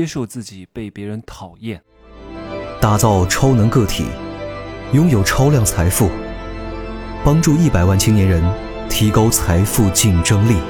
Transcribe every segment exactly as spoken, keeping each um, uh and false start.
接受自己被别人讨厌， 打造超能个体，拥有超量财富，帮助一百万青年人提高财富竞争力。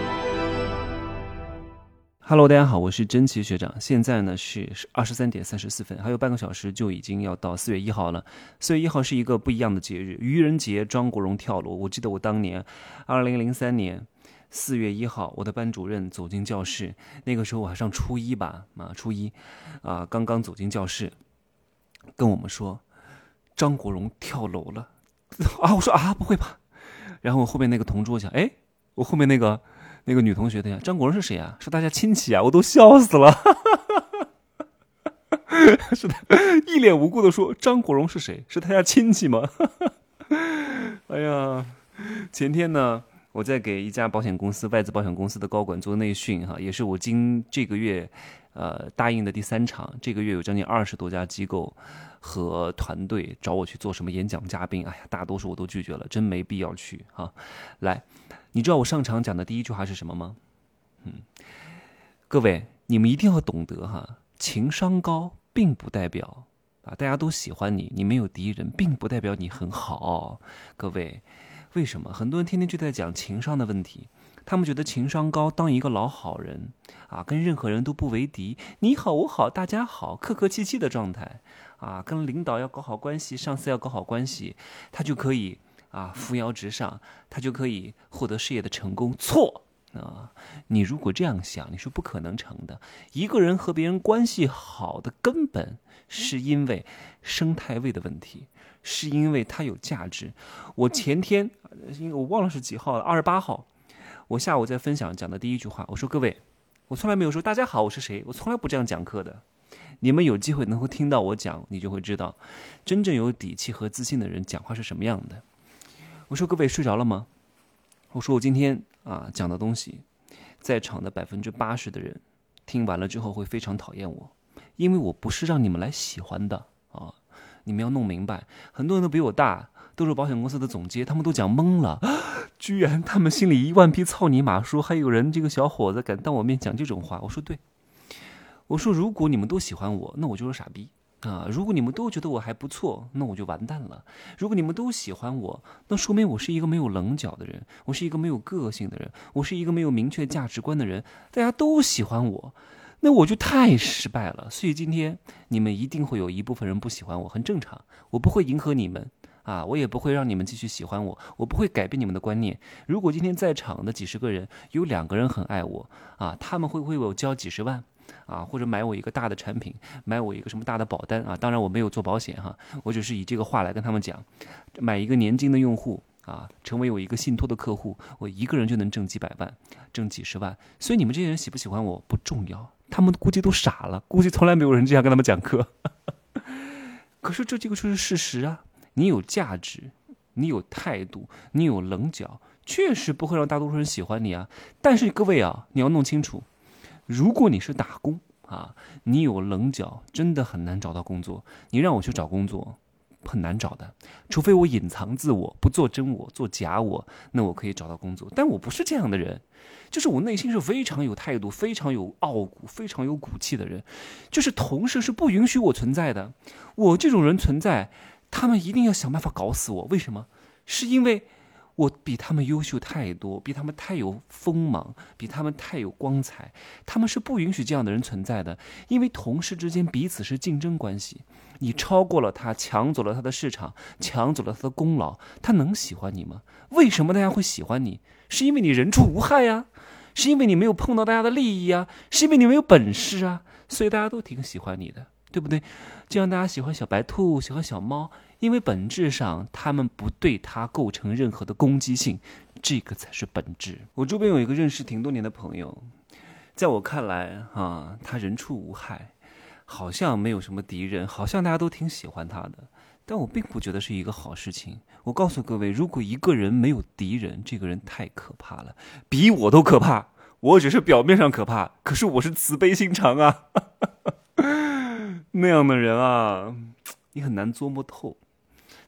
Hello， 大家好，我是真奇学长。现在呢是二十三点三十四分，还有半个小时就已经要到四月一号了。四月一号是一个不一样的节日，愚人节，张国荣跳楼。我记得我当年二零零三年四月一号，我的班主任走进教室，那个时候我还上初一吧，啊，初一啊，刚刚走进教室，跟我们说张国荣跳楼了啊！我说啊，不会吧？然后我后面那个同桌讲，哎，我后面那个。那个女同学的呀，张国荣是谁啊？是大家亲戚啊！我都笑死了。是的，一脸无辜的说张国荣是谁？是他家亲戚吗？哎呀，前天呢，我在给一家保险公司外资保险公司的高管做内训哈，也是我今这个月呃答应的第三场。这个月有将近二十多家机构和团队找我去做什么演讲嘉宾，哎呀，大多数我都拒绝了，真没必要去哈。来。你知道我上场讲的第一句话是什么吗？嗯，各位，你们一定要懂得哈，情商高并不代表啊大家都喜欢你，你没有敌人，并不代表你很好。各位，为什么很多人天天就在讲情商的问题？他们觉得情商高，当一个老好人啊，跟任何人都不为敌，你好我好大家好，客客气气的状态啊，跟领导要搞好关系，上司要搞好关系，他就可以。啊，扶摇直上，他就可以获得事业的成功。错啊！你如果这样想，你是不可能成的。一个人和别人关系好的根本，是因为生态位的问题，是因为他有价值。我前天，因为我忘了是几号了，二十八号，我下午在分享讲的第一句话，我说各位，我从来没有说大家好，我是谁，我从来不这样讲课的。你们有机会能够听到我讲，你就会知道，真正有底气和自信的人讲话是什么样的。我说各位睡着了吗？我说我今天啊讲的东西，在场的百分之八十的人听完了之后会非常讨厌我，因为我不是让你们来喜欢的啊！你们要弄明白，很多人都比我大，都是保险公司的总监，他们都讲懵了，居然他们心里一万匹草泥马，说还有人这个小伙子敢当我面讲这种话。我说对，我说如果你们都喜欢我，那我就是傻逼。啊，如果你们都觉得我还不错，那我就完蛋了。如果你们都喜欢我，那说明我是一个没有棱角的人，我是一个没有个性的人，我是一个没有明确价值观的人。大家都喜欢我，那我就太失败了。所以今天你们一定会有一部分人不喜欢我，很正常。我不会迎合你们啊，我也不会让你们继续喜欢我，我不会改变你们的观念。如果今天在场的几十个人有两个人很爱我啊，他们会为我交几十万。啊，或者买我一个大的产品，买我一个什么大的保单啊？当然我没有做保险哈，我只是以这个话来跟他们讲，买一个年金的用户啊，成为我一个信托的客户，我一个人就能挣几百万，挣几十万。所以你们这些人喜不喜欢我不重要，他们估计都傻了，估计从来没有人这样跟他们讲课。可是这这个就是事实啊，你有价值，你有态度，你有棱角，确实不会让大多数人喜欢你啊。但是各位啊，你要弄清楚。如果你是打工啊，你有棱角，真的很难找到工作。你让我去找工作，很难找的，除非我隐藏自我，不做真我，做假我，那我可以找到工作。但我不是这样的人，就是我内心是非常有态度、非常有傲骨、非常有骨气的人。就是同事是不允许我存在的，我这种人存在，他们一定要想办法搞死我。为什么？是因为我比他们优秀太多，比他们太有锋芒，比他们太有光彩，他们是不允许这样的人存在的。因为同事之间彼此是竞争关系，你超过了他，抢走了他的市场，抢走了他的功劳，他能喜欢你吗？为什么大家会喜欢你？是因为你人畜无害呀，是因为你没有碰到大家的利益啊，是因为你没有本事啊，所以大家都挺喜欢你的，对不对？就像大家喜欢小白兔，喜欢小猫，因为本质上他们不对它构成任何的攻击性，这个才是本质。我周边有一个认识挺多年的朋友，在我看来啊，他人畜无害，好像没有什么敌人，好像大家都挺喜欢他的，但我并不觉得是一个好事情。我告诉各位，如果一个人没有敌人，这个人太可怕了，比我都可怕。我只是表面上可怕，可是我是慈悲心肠啊。那样的人啊，你很难琢磨透。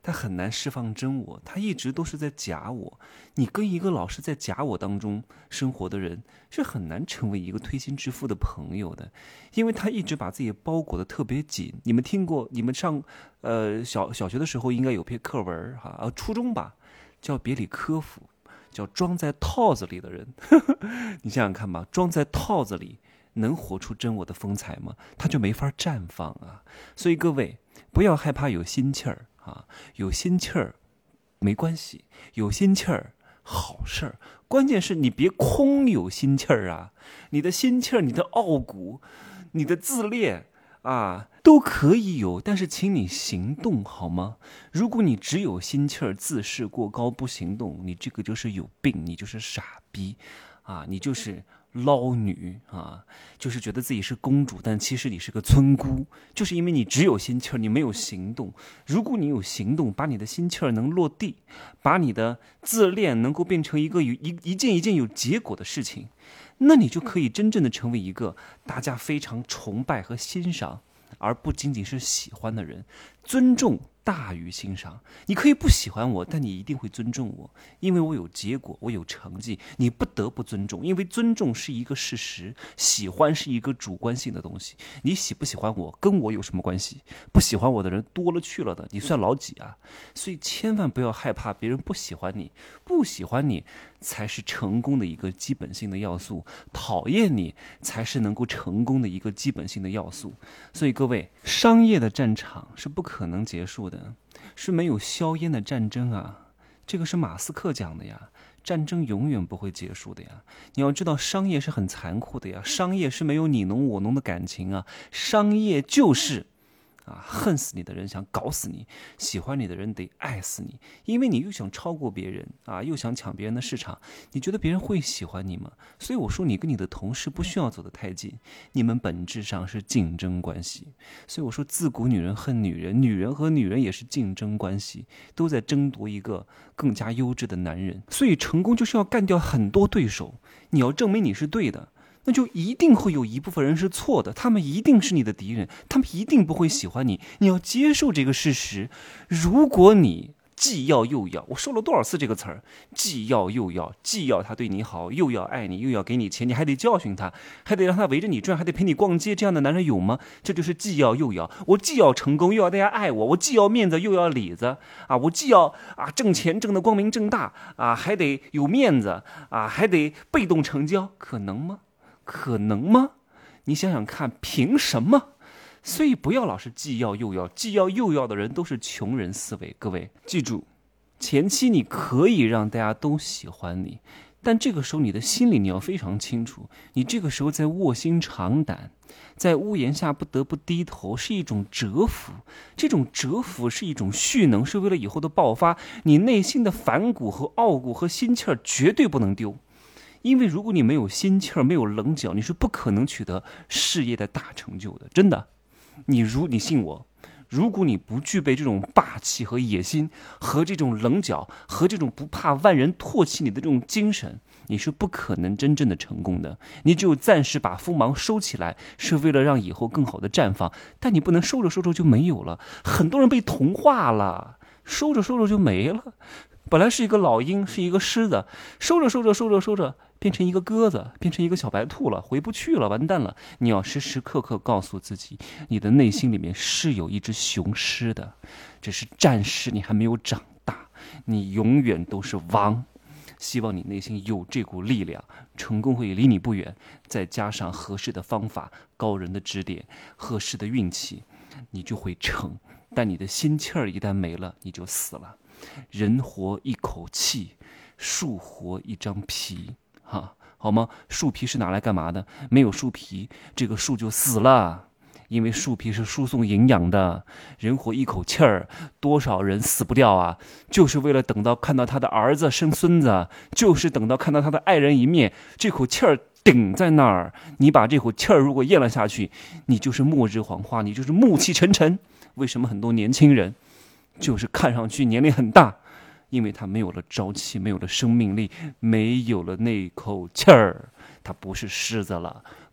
他很难释放真我，他一直都是在假我。你跟一个老是在假我当中生活的人，是很难成为一个推心置腹的朋友的，因为他一直把自己包裹得特别紧。你们听过，你们上呃小小学的时候应该有篇课文哈，呃初中吧，叫别里科夫，叫装在套子里的人。你想想看吧，装在套子里能活出真我的风采吗？他就没法绽放啊。所以各位不要害怕有心气儿啊，有心气儿没关系，有心气儿好事儿，关键是你别空有心气儿啊！你的心气儿、你的傲骨、你的自恋啊，都可以有，但是请你行动好吗？如果你只有心气儿、自视过高不行动，你这个就是有病，你就是傻逼啊，你就是捞女啊，就是觉得自己是公主，但其实你是个村姑，就是因为你只有心气儿，你没有行动。如果你有行动，把你的心气儿能落地，把你的自恋能够变成一个有一一件一件有结果的事情，那你就可以真正的成为一个大家非常崇拜和欣赏，而不仅仅是喜欢的人。尊重大于欣赏，你可以不喜欢我，但你一定会尊重我，因为我有结果，我有成绩，你不得不尊重，因为尊重是一个事实，喜欢是一个主观性的东西。你喜不喜欢我，跟我有什么关系？不喜欢我的人多了去了的，你算老几啊？所以千万不要害怕别人不喜欢你，不喜欢你才是成功的一个基本性的要素，讨厌你才是能够成功的一个基本性的要素。所以各位，商业的战场是不可能结束的，是没有硝烟的战争啊，这个是马斯克讲的呀，战争永远不会结束的呀。你要知道商业是很残酷的呀，商业是没有你侬我侬的感情啊，商业就是啊，恨死你的人想搞死你，喜欢你的人得爱死你，因为你又想超过别人啊，又想抢别人的市场，你觉得别人会喜欢你吗？所以我说你跟你的同事不需要走得太近，你们本质上是竞争关系。所以我说自古女人恨女人，女人和女人也是竞争关系，都在争夺一个更加优质的男人。所以成功就是要干掉很多对手，你要证明你是对的，那就一定会有一部分人是错的，他们一定是你的敌人，他们一定不会喜欢你，你要接受这个事实。如果你既要又要，我说了多少次这个词儿，既要又要，既要他对你好，又要爱你，又要给你钱，你还得教训他，还得让他围着你转，还得陪你逛街，这样的男人有吗？这就是既要又要，我既要成功，又要大家爱我，我既要面子，又要里子啊，我既要啊挣钱挣得光明正大啊，还得有面子啊，还得被动成交，可能吗？可能吗？你想想看，凭什么？所以不要老是既要又要，既要又要的人都是穷人思维。各位记住，前期你可以让大家都喜欢你，但这个时候你的心里你要非常清楚，你这个时候在卧薪尝胆，在屋檐下不得不低头，是一种蛰伏。这种蛰伏是一种蓄能，是为了以后的爆发。你内心的反骨和傲骨和心气儿绝对不能丢。因为如果你没有心气儿，没有棱角，你是不可能取得事业的大成就的。真的，你如你信我，如果你不具备这种霸气和野心，和这种棱角，和这种不怕万人唾弃你的这种精神，你是不可能真正的成功的。你只有暂时把锋芒收起来，是为了让以后更好的绽放，但你不能收着收着就没有了。很多人被同化了，收着收着就没了。本来是一个老鹰，是一个狮子，收着收着收着收着变成一个鸽子，变成一个小白兔了，回不去了，完蛋了。你要时时刻刻告诉自己，你的内心里面是有一只雄狮的，只是暂时你还没有长大，你永远都是王。希望你内心有这股力量，成功会离你不远，再加上合适的方法、高人的指点、合适的运气，你就会成。但你的心气儿一旦没了，你就死了。人活一口气，树活一张皮，哈，好吗？树皮是拿来干嘛的？没有树皮，这个树就死了。因为树皮是输送营养的。人活一口气儿，多少人死不掉啊？就是为了等到看到他的儿子生孙子，就是等到看到他的爱人一面，这口气儿顶在那儿。你把这口气儿如果咽了下去，你就是末日黄花，你就是暮气沉沉。为什么很多年轻人就是看上去年龄很大？因为他没有了朝气，没有了生命力，没有了那口气儿，他不是狮子了。各位，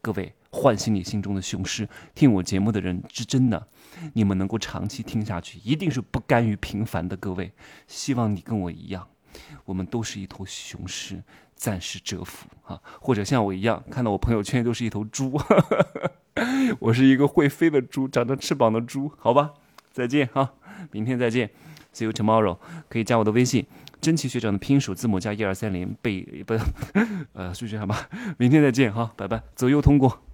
唤醒你心中的雄狮。听我节目的人是真的，你们能够长期听下去，一定是不甘于平凡的各位。希望你跟我一样，我们都是一头雄狮，暂时蛰伏啊，或者像我一样，看到我朋友圈都是一头猪，我是一个会飞的猪，长着翅膀的猪，好吧，再见哈，明天再见 ，See you tomorrow。可以加我的微信，真奇学长的拼音首字母加一二三零，背不，呃，就这样吧，明天再见哈，拜拜，左右通过。